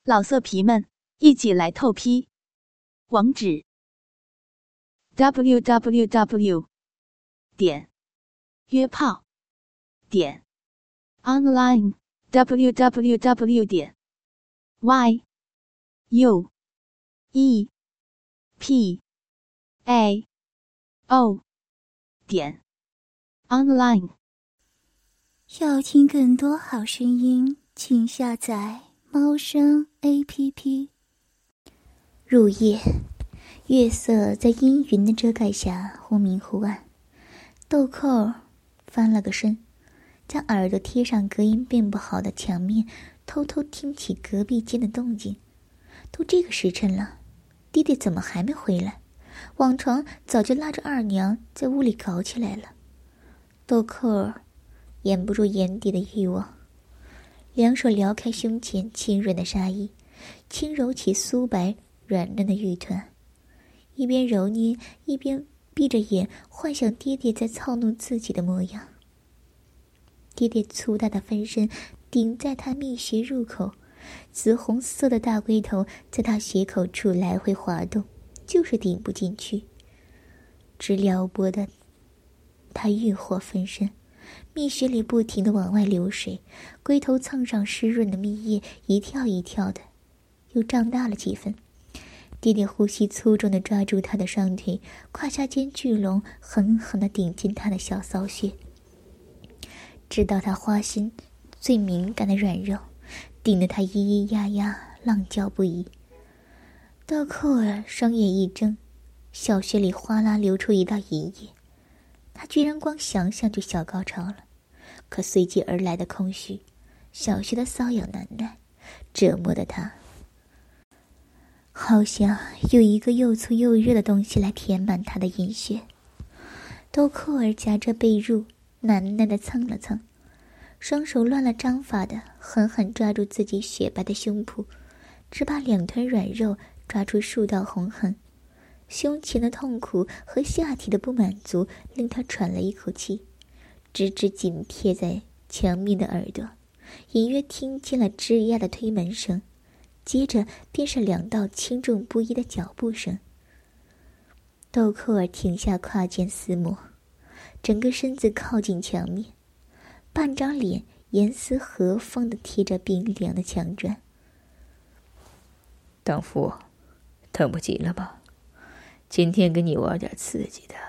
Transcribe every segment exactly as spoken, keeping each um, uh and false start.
老色皮们，一起来透批！网址 ：double u double u double u 点约炮点 online double u double u double u 点 y u e p a o 点 online。 要听更多好声音，请下载猫声 A P P。 入夜，月色在阴云的遮盖下忽明忽暗。豆蔻翻了个身，将耳朵贴上隔音并不好的墙面，偷偷听起隔壁间的动静。都这个时辰了，爹爹怎么还没回来？往常早就拉着二娘在屋里搞起来了。豆蔻掩不住眼底的欲望，两手撩开胸前轻软的纱衣，轻揉起酥白软嫩的玉团，一边揉捏一边闭着眼幻想爹爹在操弄自己的模样。爹爹粗大的分身顶在他蜜穴入口，紫红色的大龟头在他血口处来回滑动，就是顶不进去。直撩拨的他欲火焚身，蜜穴里不停地往外流水，龟头蹭上湿润的蜜液，一跳一跳的又胀大了几分。爹爹呼吸粗重地抓住他的双腿，胯下间巨龙狠狠地顶进他的小骚穴，直到他花心最敏感的软肉，顶得他咿咿呀呀浪叫不已。豆蔻儿双眼一睁，小穴里哗啦流出一道银液，他居然光想想就小高潮了。可随即而来的空虚，小穴的瘙痒难耐，折磨的他好像有一个又粗又热的东西来填满他的阴穴。豆蔻儿夹着被褥难耐地蹭了蹭，双手乱了章法的狠狠抓住自己雪白的胸脯，只把两团软肉抓出数道红痕。胸前的痛苦和下体的不满足令他喘了一口气，直直紧贴在墙面的耳朵，隐约听见了吱呀的推门声，接着便是两道轻重不一的脚步声。豆蔻儿停下胯间撕磨，整个身子靠近墙面，半张脸严丝合缝地贴着冰凉的墙砖。 当夫，等不及了吧？今天跟你玩点刺激的。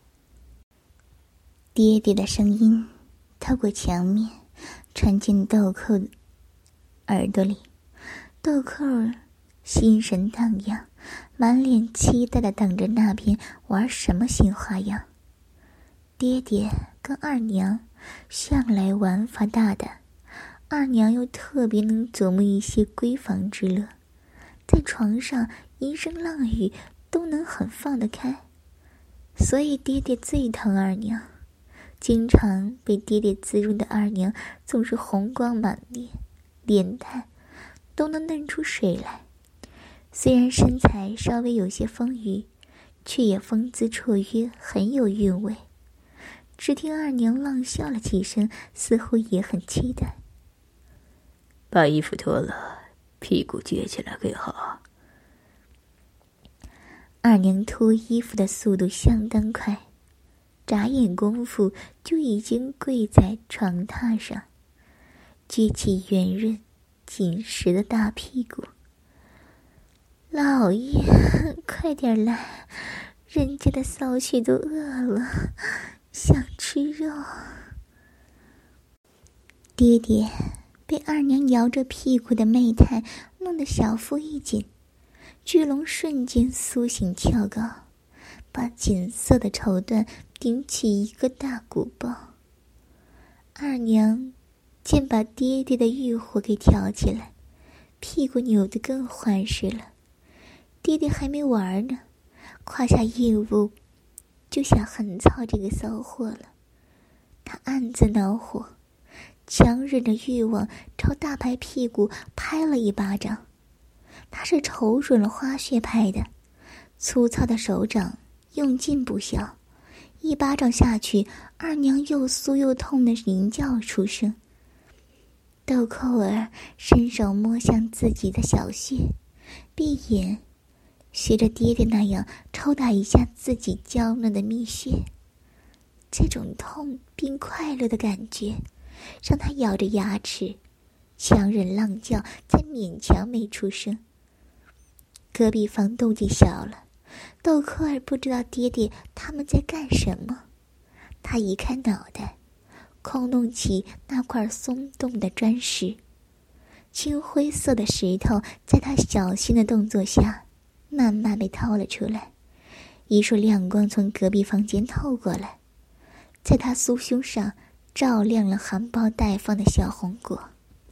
爹爹的声音透过墙面传进豆蔻耳朵里，豆蔻儿心神荡漾，满脸期待地等着那边玩什么新花样。爹爹跟二娘向来玩法大胆，二娘又特别能琢磨一些闺房之乐，在床上一声浪语都能很放得开，所以爹爹最疼二娘。经常被爹爹滋润的二娘总是红光满脸，脸蛋都能嫩出水来。虽然身材稍微有些丰腴，却也风姿绰约，很有韵味。只听二娘浪笑了几声，似乎也很期待。 把衣服脱了，屁股撅起来更好。 二娘脱衣服的速度相当快，眨眼功夫就已经跪在床榻上，撅起圆润紧实的大屁股。老爷，快点来，人家的骚气都饿了，想吃肉。爹爹被二娘摇着屁股的媚态弄得小腹一紧，巨龙瞬间苏醒翘高，把紧涩的绸缎顶起一个大鼓包。二娘见把爹爹的欲火给挑起来，屁股扭得更欢实了。爹爹还没玩呢，胯下异物就想横操这个骚货了。他暗自恼火，强忍着欲望朝大白屁股拍了一巴掌。他是瞅准了花穴拍的，粗糙的手掌用劲不小，一巴掌下去，二娘又酥又痛的吟叫出声。 豆蔻儿伸手摸向自己的小穴，闭眼学着爹爹那样抽打一下自己娇嫩的蜜穴。这种痛并快乐的感觉让他咬着牙齿强忍浪叫，才勉强没出声。隔壁房动静小了，豆蔻儿不知道爹爹他们在干什么。他一看脑袋，空弄起那块松动的砖石，青灰色的石头在他小心的动作下慢慢被掏了出来。一束亮光从隔壁房间透过来，在他酥胸上照亮了含苞待放的小红果。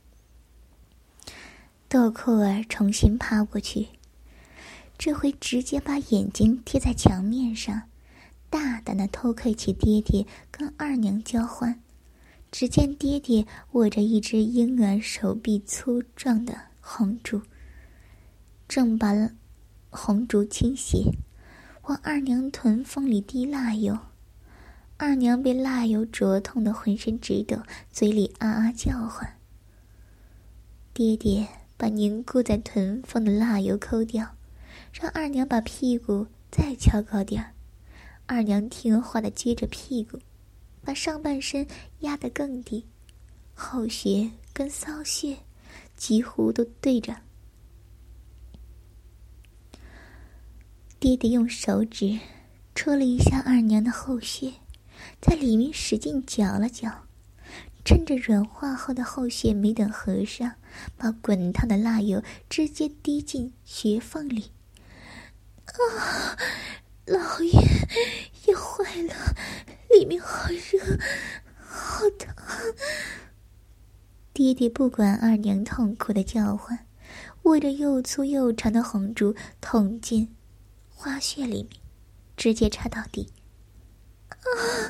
豆蔻儿重新趴过去，这回直接把眼睛贴在墙面上，大胆地偷窥起爹爹跟二娘交换。只见爹爹握着一只婴儿手臂粗壮的红烛，正把红烛倾斜往二娘臀缝里滴蜡油。二娘被蜡油灼痛得浑身直抖，嘴里啊啊叫唤。爹爹把凝固在臀缝的蜡油抠掉，让二娘把屁股再翘高点。二娘听话地撅着屁股，把上半身压得更低，后穴跟骚穴几乎都对着。爹爹用手指戳了一下二娘的后穴，在里面使劲搅了搅，趁着软化后的后穴没等合上，把滚烫的蜡油直接滴进穴缝里。啊，老爷也坏了，里面好热，好疼！爹爹不管二娘痛苦的叫唤，握着又粗又长的红烛捅进花穴里面，直接插到底。啊！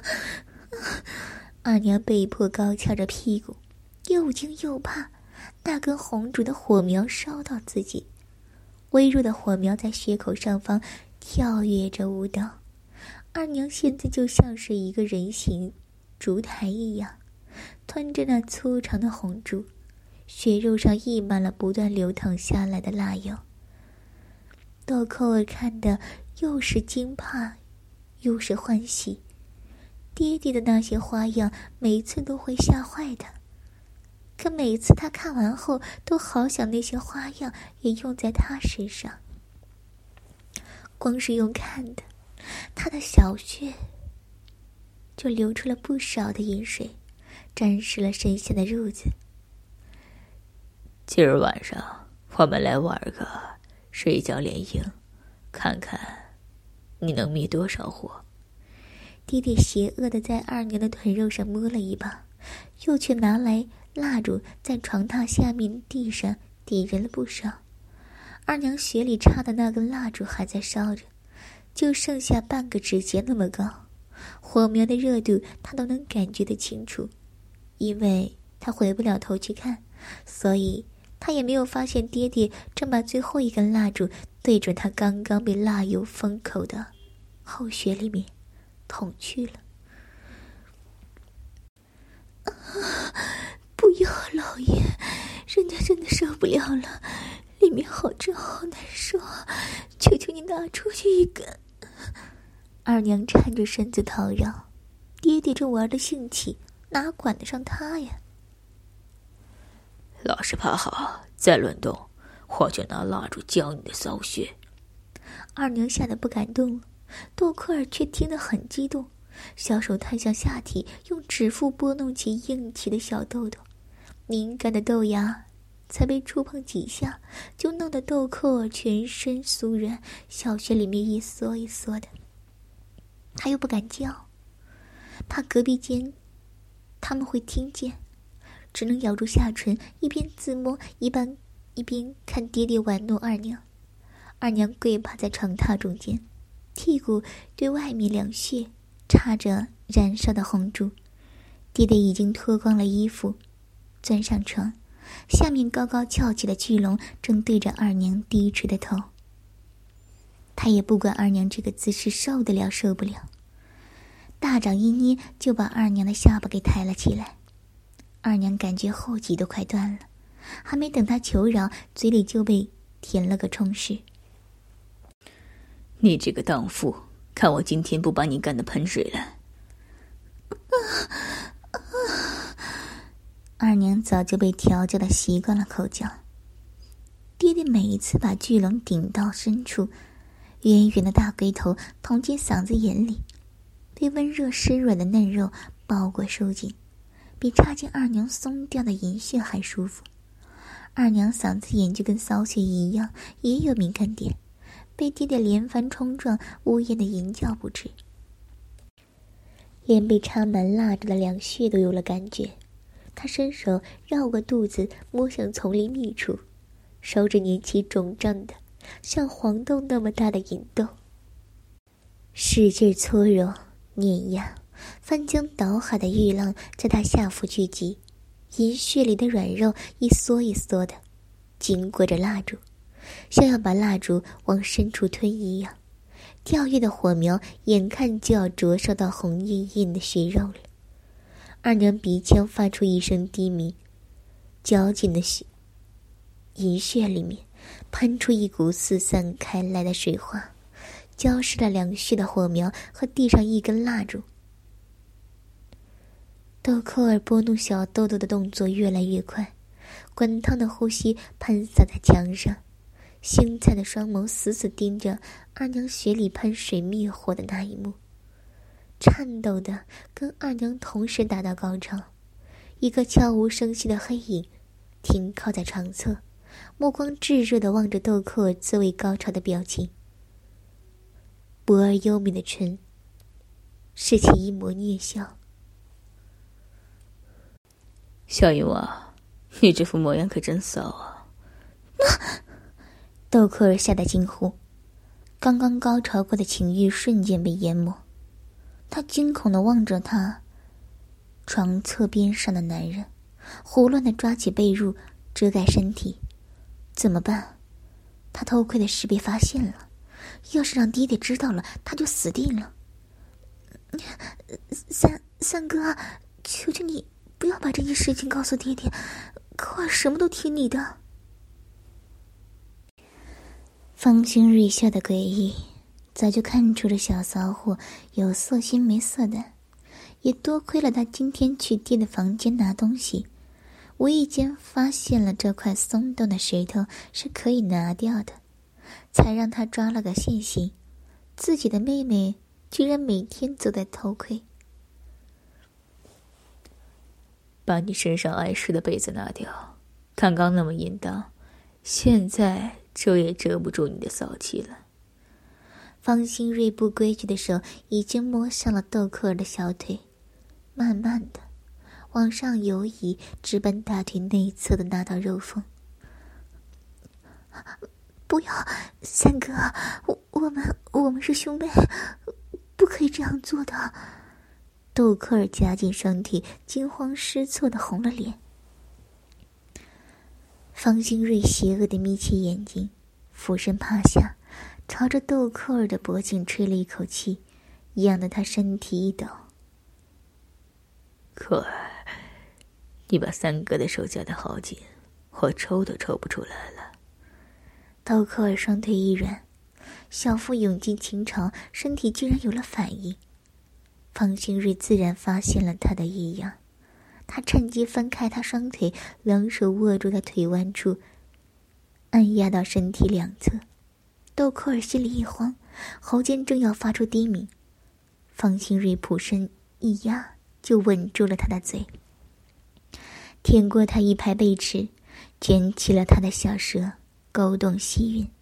二娘被迫高翘着屁股，又惊又怕那根红烛的火苗烧到自己。微弱的火苗在穴口上方跳跃着舞蹈。二娘现在就像是一个人形烛台一样，吞着那粗长的红烛，血肉上溢满了不断流淌下来的蜡油。豆蔻儿看得又是惊怕又是欢喜，爹爹的那些花样每次都会吓坏他，可每次他看完后都好想那些花样也用在他身上。光是用看的，他的小穴就流出了不少的饮水，沾湿了身下的褥子。 今儿晚上我们来玩个睡觉联营，看看你能灭多少火。 爹爹邪恶地在二娘的臀肉上摸了一把，又去拿来蜡烛在床榻下面地上点燃了不少。二娘穴里插的那根蜡烛还在烧着，就剩下半个指节那么高，火苗的热度她都能感觉得清楚。因为她回不了头去看，所以她也没有发现爹爹正把最后一根蜡烛对准她刚刚被蜡油封口的后穴里面捅去了。啊，不要，老爷，人家真的受不了了，里面好热好难受，求求你拿出去一根。二娘搀着身子讨饶，爹爹正玩得兴起，哪管得上他呀。 老实趴好，再乱动我就拿蜡烛浇你的骚穴。 二娘吓得不敢动了，豆蔻儿却听得很激动，小手探向下体，用指腹拨弄起硬起的小豆豆，敏感的豆芽才被触碰几下，就弄得豆蔻儿全身酥软，小穴里面一缩一缩的。他又不敢叫，怕隔壁间他们会听见，只能咬住下唇，一边自摸一边一边看爹爹玩弄二娘。二娘跪趴在床榻中间，屁股对外面两穴插着燃烧的红烛。爹爹已经脱光了衣服，钻上床，下面高高翘起的巨龙正对着二娘低垂的头。他也不管二娘这个姿势受得了受不了，大掌一捏就把二娘的下巴给抬了起来。 二娘感觉后脊都快断了，还没等她求饶，嘴里就被填了个充实。 你这个荡妇，看我今天不把你干得喷水来！ 二娘早就被调教的习惯了口叫。爹爹每一次把巨龙顶到深处，圆圆的大龟头捅进嗓子眼里，被温热湿软的嫩肉包裹收紧，比插进二娘松掉的银穴还舒服。二娘嗓子眼就跟骚穴一样，也有敏感点，被爹爹连番冲撞，呜咽的吟叫不止，连被插满蜡着的两穴都有了感觉。他伸手绕过肚子，摸向丛林密处，手指捻起肿胀的像黄豆那么大的银豆，使劲搓揉碾压，翻江倒海的欲浪在他下腹聚集，银穴里的软肉一缩一缩的紧裹着蜡烛，像要把蜡烛往深处吞一样。跳跃的火苗眼看就要灼烧到红艳艳的血肉了。二娘鼻腔发出一声低鸣，绞紧的银穴里面喷出一股四散开来的水花，浇湿了两穴的火苗和地上一根蜡烛。豆蔻儿拨弄小豆豆的动作越来越快，滚烫的呼吸喷洒在墙上，星灿的双眸死死盯着二娘血里喷水灭火的那一幕，颤抖的跟二娘同时达到高潮。一个悄无声息的黑影停靠在床侧，目光炙热地望着豆蔻儿自慰高潮的表情，薄而优美的唇拾起一抹狞笑。 小淫娃，你这副模样可真骚啊！ 豆蔻儿吓得惊呼，刚刚高潮过的情欲瞬间被淹没。他惊恐地望着他床侧边上的男人，胡乱地抓起被褥遮盖身体。怎么办？他偷窥的事被发现了，要是让爹爹知道了，他就死定了。三三哥，求求你不要把这件事情告诉爹爹，可我什么都听你的。方兴瑞笑得诡异，早就看出了小骚货有色心没色的，也多亏了他今天去爹的房间拿东西，无意间发现了这块松动的石头是可以拿掉的，才让他抓了个现行。自己的妹妹居然每天都在偷窥。 把你身上碍事的被子拿掉，刚刚那么淫荡，现在遮也遮不住你的骚气了。 方兴瑞不规矩的手已经摸上了豆蔻儿的小腿，慢慢的往上游移，直奔大腿内侧的那道肉缝。不要，三哥，我我们我们是兄妹，不可以这样做的。豆蔻儿夹紧双腿，惊慌失措的红了脸。方兴瑞邪恶的眯起眼睛，俯身趴下，朝着豆蔻儿的脖颈吹了一口气，痒得他身体一抖。 蔻儿，你把三哥的手夹得好紧，我抽都抽不出来了。 豆蔻儿双腿一软，小腹涌进情潮，身体居然有了反应。方兴瑞自然发现了他的异样，他趁机分开他双腿，两手握住他腿弯处，按压到身体两侧。豆蔻儿心里一慌，喉间正要发出低鸣，方兴瑞俯身一压，就吻住了他的嘴，舔过他一排背齿，卷起了他的小舌，勾动细韵。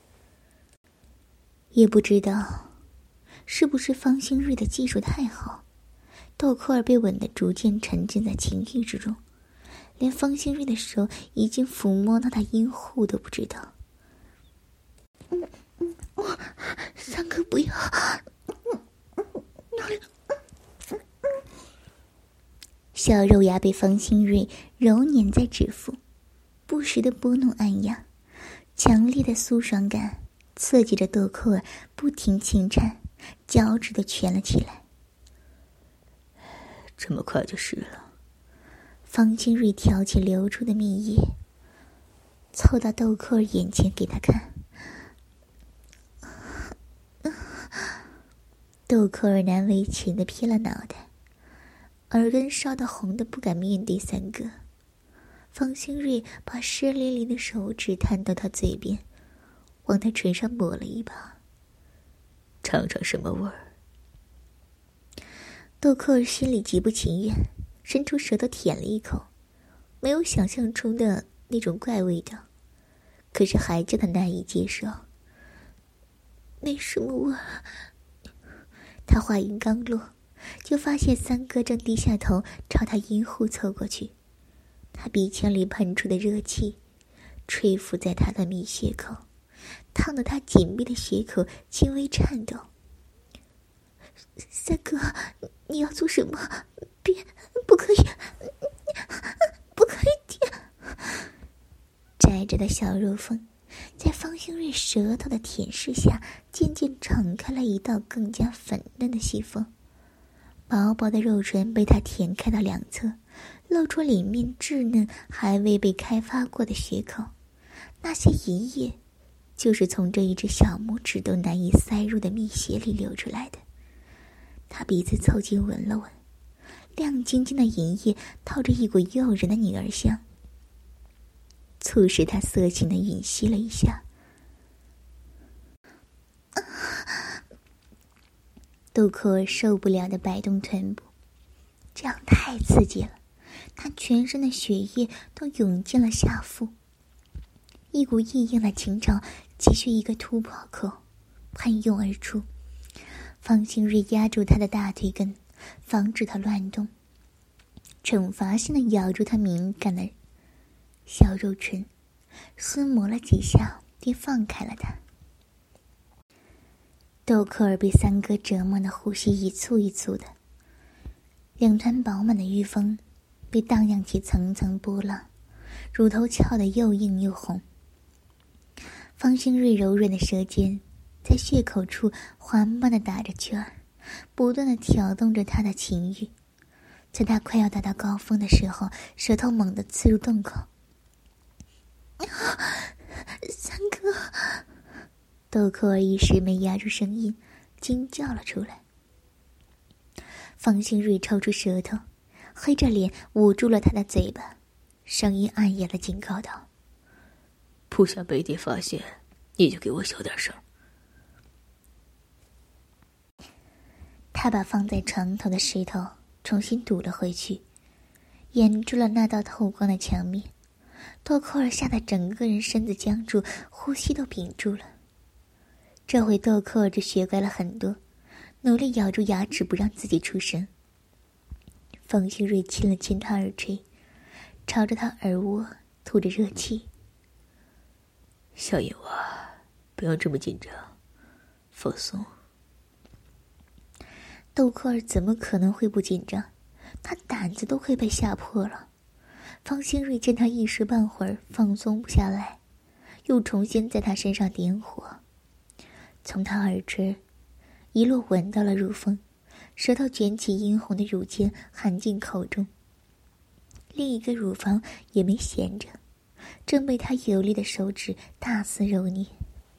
也不知道是不是方兴瑞的技术太好，豆蔻儿被吻得逐渐沉浸在情欲之中，连方兴瑞的手已经抚摸到他阴户都不知道。嗯嗯，我三哥不要，哪里？小肉芽被方兴瑞揉捻在指腹，不时的拨弄按压，强烈的酥爽感刺激着豆蔻儿不停轻颤，脚趾都蜷了起来。 这么快就湿了？ 方清瑞挑起流出的蜜液，凑到窦克儿眼前给他看。窦克儿难为情地撇了脑袋，耳根烧得红的不敢面对三哥。方清瑞把湿淋淋的手指探到他嘴边，往他唇上抹了一把。 尝尝什么味儿？ 窦克儿心里极不情愿，伸出舌头舔了一口，没有想象中的那种怪味道，可是还叫他难以接受。没什么味儿。他话音刚落，就发现三哥正低下头朝他阴户凑过去，他鼻腔里喷出的热气吹拂在他的蜜穴口，烫得他紧闭的血口轻微颤抖。三哥，你要做什么？别，不可以，不可以舔。窄窄的小肉缝在方兴瑞舌头的舔舐下渐渐敞开了一道更加粉嫩的细缝，薄薄的肉唇被他舔开到两侧，露出里面稚嫩还未被开发过的血口，那些银液就是从这一只小拇指都难以塞入的蜜穴里流出来的。他鼻子凑近闻了闻，亮晶晶的银液套着一股诱人的女儿香，促使他色情地吮吸了一下。窦克儿受不了的摆动臀部，这样太刺激了，他全身的血液都涌进了下腹，一股异样的情潮急需一个突破口，喷涌而出。方兴瑞压住他的大腿根，防止他乱动，惩罚性地咬住他敏感的小肉唇，厮磨了几下便放开了他。窦克儿被三哥折磨的呼吸一簇一簇的，两团饱满的玉峰被荡漾起层层波浪，乳头翘得又硬又红。方兴瑞柔软的舌尖在血口处缓慢地打着圈儿，不断地挑动着他的情欲。在他快要达到高峰的时候，舌头猛地刺入洞口。三哥！窦克儿一时没压住声音，惊叫了出来。方兴瑞抽出舌头，黑着脸捂住了他的嘴巴，声音暗哑地警告道： 不想被爹发现，你就给我小点声。 他把放在床头的石头重新堵了回去，掩住了那道透光的墙面。窦克儿吓得整个人身子僵住，呼吸都屏住了。这回窦克儿只学乖了很多，努力咬住牙齿不让自己出声。方兴瑞亲了亲他耳垂，朝着他耳窝吐着热气。 小野娃，不要这么紧张，放松。 窦克儿怎么可能会不紧张？他胆子都快被吓破了。方兴瑞见他一时半会儿放松不下来，又重新在他身上点火，从他耳垂一路闻到了乳峰，舌头卷起殷红的乳尖含进口中。另一个乳房也没闲着，正被他有力的手指大肆揉捏。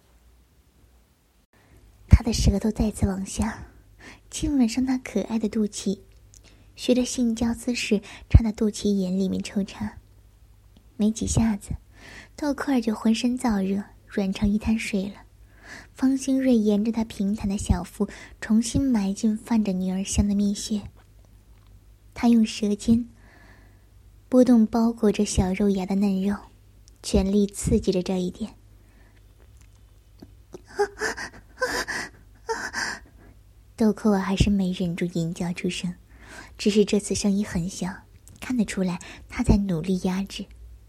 他的舌头再次往下亲吻上他可爱的肚脐，学着性交姿势朝他肚脐眼里面抽插。没几下子，窦克儿就浑身燥热，软成一滩水了。方兴瑞沿着他平坦的小腹重新埋进泛着女儿香的蜜穴，他用舌尖拨动包裹着小肉芽的嫩肉，全力刺激着这一点。窦克儿还是没忍住吟叫出声，只是这次声音很小，看得出来他在努力压制。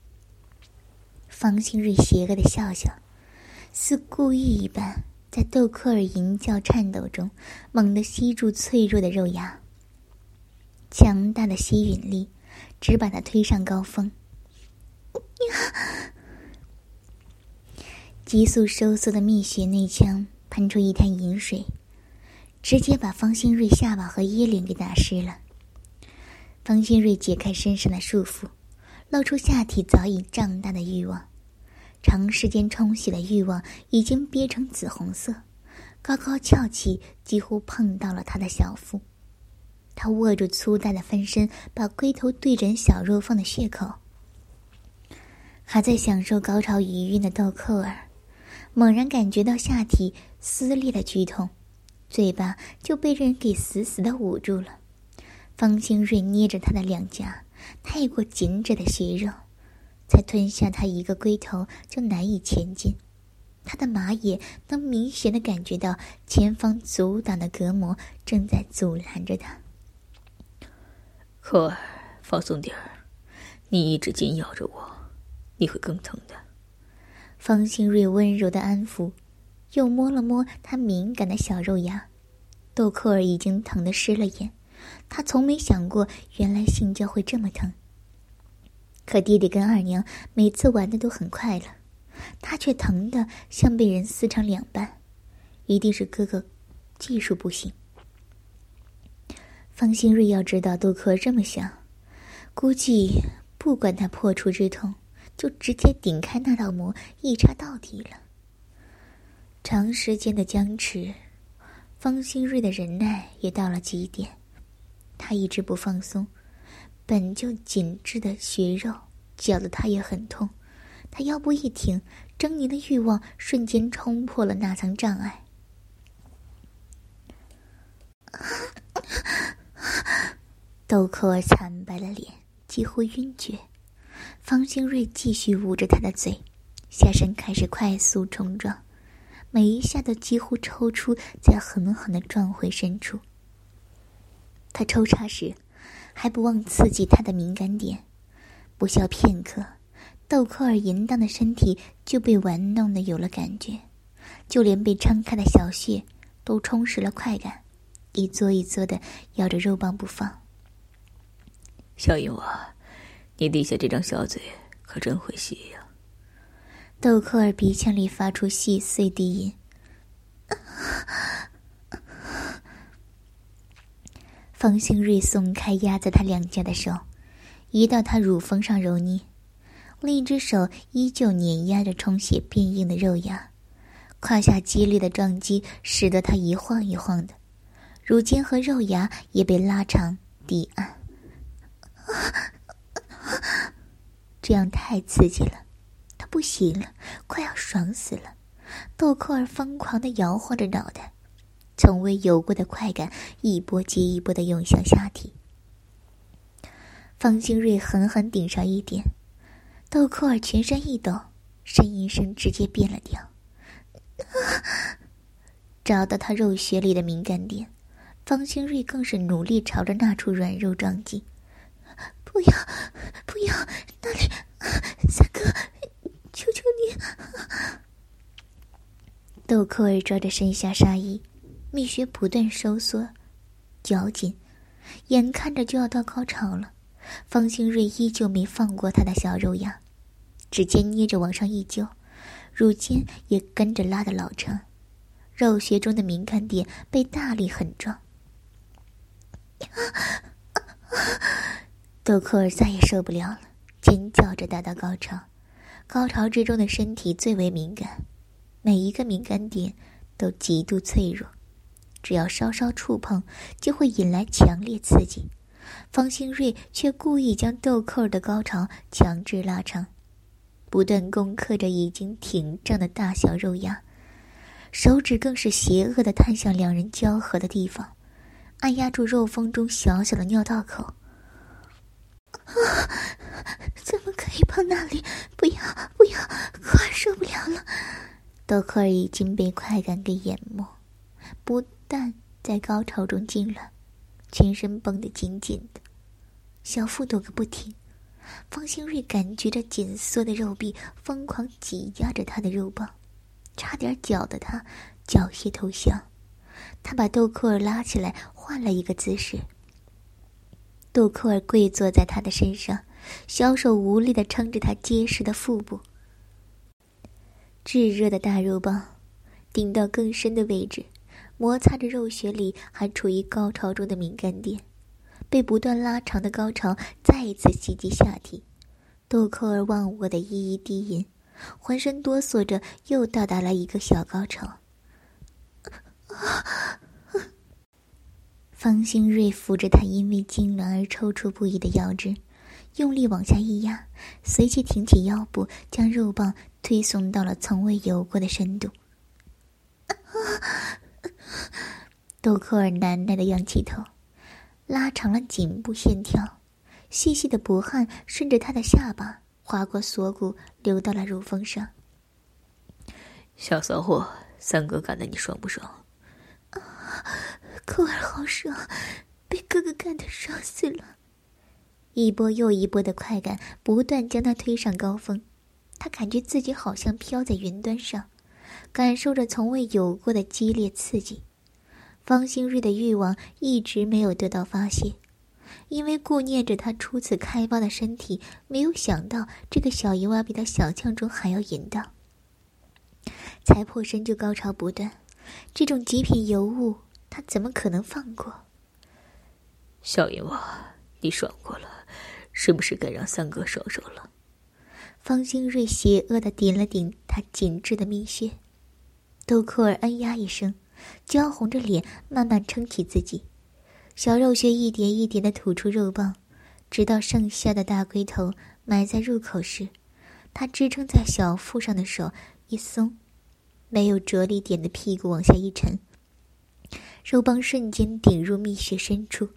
方兴瑞邪恶的笑笑，似故意一般，在窦克儿吟叫颤抖中猛地吸住脆弱的肉芽，强大的吸引力只把他推上高峰。急速收缩的蜜穴内腔喷出一滩银水，直接把方兴瑞下巴和衣领给打湿了。 方新瑞解开身上的束缚，露出下体早已胀大的欲望。长时间冲洗的欲望已经憋成紫红色，高高翘起，几乎碰到了他的小腹。他握住粗大的分身，把龟头对准小肉缝的血口。还在享受高潮余韵的豆蔻儿，猛然感觉到下体撕裂的剧痛，嘴巴就被人给死死地捂住了。方兴瑞捏着他的两颊，太过紧致的血肉，才吞下他一个龟头就难以前进。他的马眼能明显地感觉到前方阻挡的隔膜正在阻拦着他。 蔻儿，放松点儿，你一直紧咬着我，你会更疼的。 方兴瑞温柔的安抚，又摸了摸他敏感的小肉芽。豆蔻儿已经疼得湿了眼，他从没想过原来性交会这么疼。可弟弟跟二娘每次玩的都很快乐，他却疼得像被人撕成两半，一定是哥哥技术不行。方兴瑞要知道豆蔻这么想，估计不管他破处之痛，就直接顶开那道膜一插到底了。长时间的僵持，方兴瑞的忍耐也到了极点。他一直不放松，本就紧致的血肉绞得他也很痛。他腰部一挺，狰狞的欲望瞬间冲破了那层障碍。豆蔻儿惨白了脸，几乎晕厥。方兴瑞继续捂着他的嘴，下身开始快速冲撞，每一下都几乎抽出，再狠狠地撞回深处。他抽插时还不忘刺激他的敏感点，不消片刻，豆蔻儿淫荡的身体就被玩弄得有了感觉，就连被撑开的小穴都充实了快感，一撮一撮地咬着肉棒不放。 小鹦鹉，你底下这张小嘴可真会吸呀！ 豆蔻儿鼻腔里发出细碎低音。方兴瑞松开压在他两颊的手，移到他乳峰上揉捏，另一只手依旧碾压着充血变硬的肉芽，胯下激烈的撞击使得他一晃一晃的，乳尖和肉芽也被拉长抵按。这样太刺激了，他不行了，快要爽死了。豆蔻儿疯狂地摇晃着脑袋，从未有过的快感一波接一波地涌向下体。方兴瑞狠狠顶上一点，豆蔻儿全身一抖，呻吟声直接变了调。找到他肉穴里的敏感点，方兴瑞更是努力朝着那处软肉撞击。不要，不要，那里，三哥，求求你！豆蔻儿抓着身下沙溢，蜜穴不断收缩、绞紧，眼看着就要到高潮了。方兴瑞依旧没放过他的小肉芽，指尖捏着往上一揪，乳尖也跟着拉得老长，肉穴中的敏感点被大力狠撞。豆蔻儿再也受不了了，尖叫着达到高潮。高潮之中的身体最为敏感，每一个敏感点都极度脆弱，只要稍稍触碰就会引来强烈刺激。方兴瑞却故意将豆蔻儿的高潮强制拉长，不断攻克着已经挺胀的大小肉芽，手指更是邪恶地探向两人交合的地方，按压住肉峰中小小的尿道口。啊！怎么可以碰那里？不要，不要，快受不了了！豆蔻儿已经被快感给淹没，不但在高潮中痉挛，全身绷得紧紧的，小腹抖个不停。方兴瑞感觉着紧缩的肉壁疯狂挤压着他的肉棒，差点搅得他缴械投降。他把豆蔻儿拉起来，换了一个姿势。豆蔻儿跪坐在他的身上，小手无力地撑着他结实的腹部。炙热的大肉棒顶到更深的位置，摩擦着肉穴里还处于高潮中的敏感点， 被不断拉长的高潮再一次袭击下体。豆蔻儿忘我的依依低吟，浑身哆嗦着，又到达了一个小高潮。方兴瑞扶着他因为痉挛而抽搐不已的腰肢，用力往下一压，随即挺起腰部，将肉棒推送到了从未有过的深度。豆蔻儿难耐的仰起头，拉长了颈部线条，细细的薄汗顺着他的下巴划过锁骨，流到了乳峰上。 小骚货，三哥干得你爽不爽？ 啊，蔻儿好爽，被哥哥干得爽死了。一波又一波的快感不断将他推上高峰，他感觉自己好像飘在云端上，感受着从未有过的激烈刺激。方兴瑞的欲望一直没有得到发泄，因为顾念着他初次开发的身体，没有想到这个小淫娃比他想象中还要淫荡。才破身就高潮不断，这种极品尤物他怎么可能放过？ 小淫娃，你爽过了，是不是该让三哥爽爽了？ 方兴瑞邪恶地顶了顶他紧致的蜜穴。豆蔻儿哎呀一声，娇红着脸慢慢撑起自己，小肉穴一点一点地吐出肉棒，直到剩下的大龟头埋在入口时，他支撑在小腹上的手一松，没有着力点的屁股往下一沉，肉棒瞬间顶入蜜穴深处。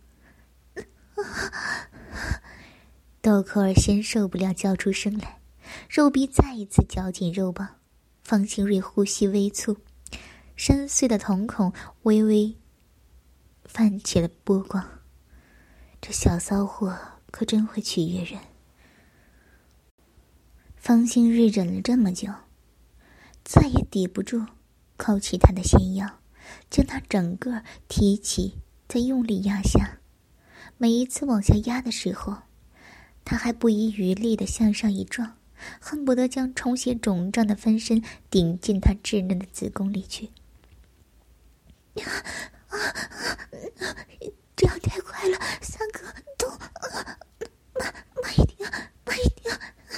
豆蔻儿先受不了叫出声来，肉壁再一次绞紧肉棒。方兴瑞呼吸微蹙，深邃的瞳孔微微泛起了波光。这小骚货可真会取悦人。方兴瑞忍了这么久，再也抵不住，扣起他的纤腰，将他整个提起，再用力压下。每一次往下压的时候，他还不遗余力地向上一撞，恨不得将充血肿胀的分身顶进他稚嫩的子宫里去。这样太快了，三哥，动，慢慢一点，慢一点。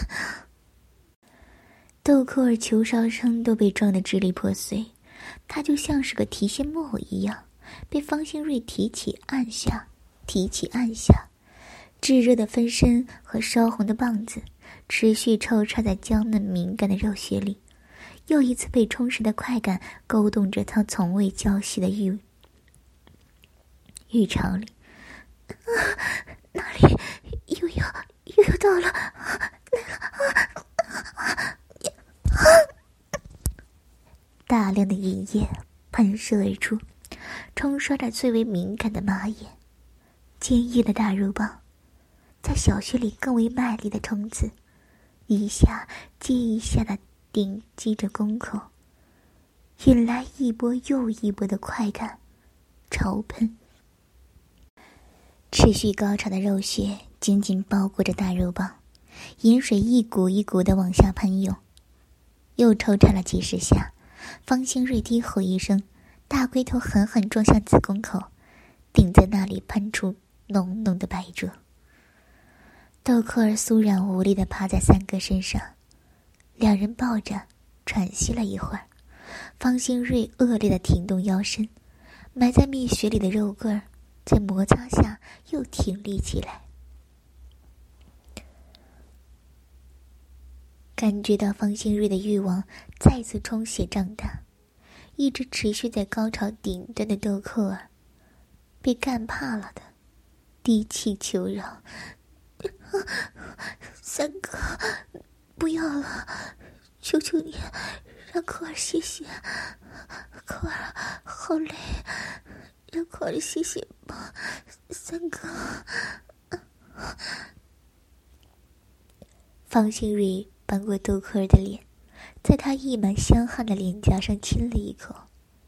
豆蔻儿球哨声都被撞得支离破碎，他就像是个提线木偶一样，被方兴瑞提起按下，提起按下。炙热的分身和烧红的棒子持续抽插在娇嫩敏感的肉穴里，又一次被充实的快感勾动着他从未交息的欲欲潮里。啊，哪里又要又要到了？来了！大量的饮液喷射而出，冲刷着最为敏感的马眼。坚硬的大肉棒在小穴里更为卖力的冲刺，一下接一下的顶击着宫口，引来一波又一波的快感潮喷。持续高潮的肉穴紧紧包裹着大肉棒，饮水一股一股的往下喷涌。又抽插了几十下，方兴瑞低吼一声，大龟头狠狠撞向子宫口，顶在那里喷出浓浓的白浊。豆蔻儿酥软无力地趴在三哥身上，两人抱着喘息了一会儿。方兴瑞恶劣地挺动腰身，埋在蜜穴里的肉棍儿在摩擦下又挺立起来。感觉到方兴瑞的欲望再次充血胀大，一直持续在高潮顶端的豆蔻儿被干怕了的低泣求饶：三哥，不要了，求求你让蔻儿歇歇，蔻儿好累，让蔻儿歇歇吧，三哥。方兴瑞扳过豆蔻儿的脸，在他溢满香汗的脸颊上亲了一口。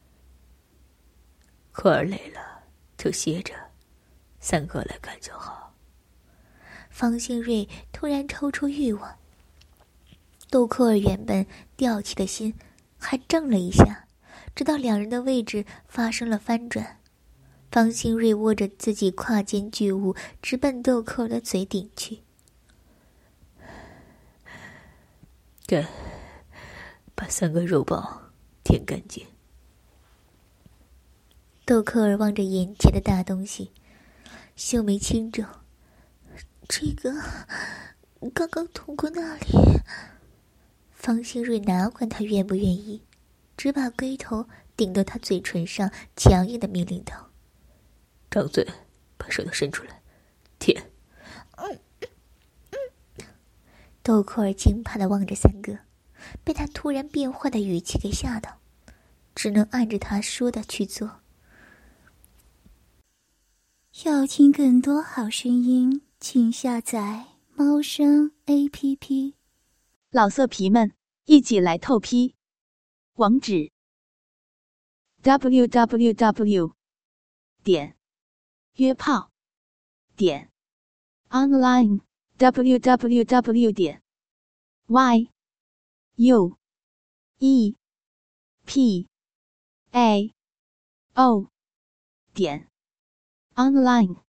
蔻儿累了就歇着，三哥来干就好。 方兴瑞突然抽出欲望，豆蔻儿原本吊起的心还怔了一下，直到两人的位置发生了翻转， 方新瑞握着自己胯间巨物，直奔豆蔻儿的嘴顶去。 干，把三个肉棒舔干净。 豆蔻儿望着眼前的大东西，秀眉轻皱。这个刚刚捅过那里。方新瑞哪管他愿不愿意，只把龟头顶到他嘴唇上，强硬的命令道： 张嘴，把舌头伸出来，舔。 嗯嗯、豆蔻儿惊怕的望着三哥，被他突然变化的语气给吓到，只能按着他说的去做。要听更多好声音，请下载猫声 A P P。 老色皮们，一起来透批！网址 ：double-u double-u double-u 点约炮点 online double-u double-u double-u 点 y u e p a o 点 online。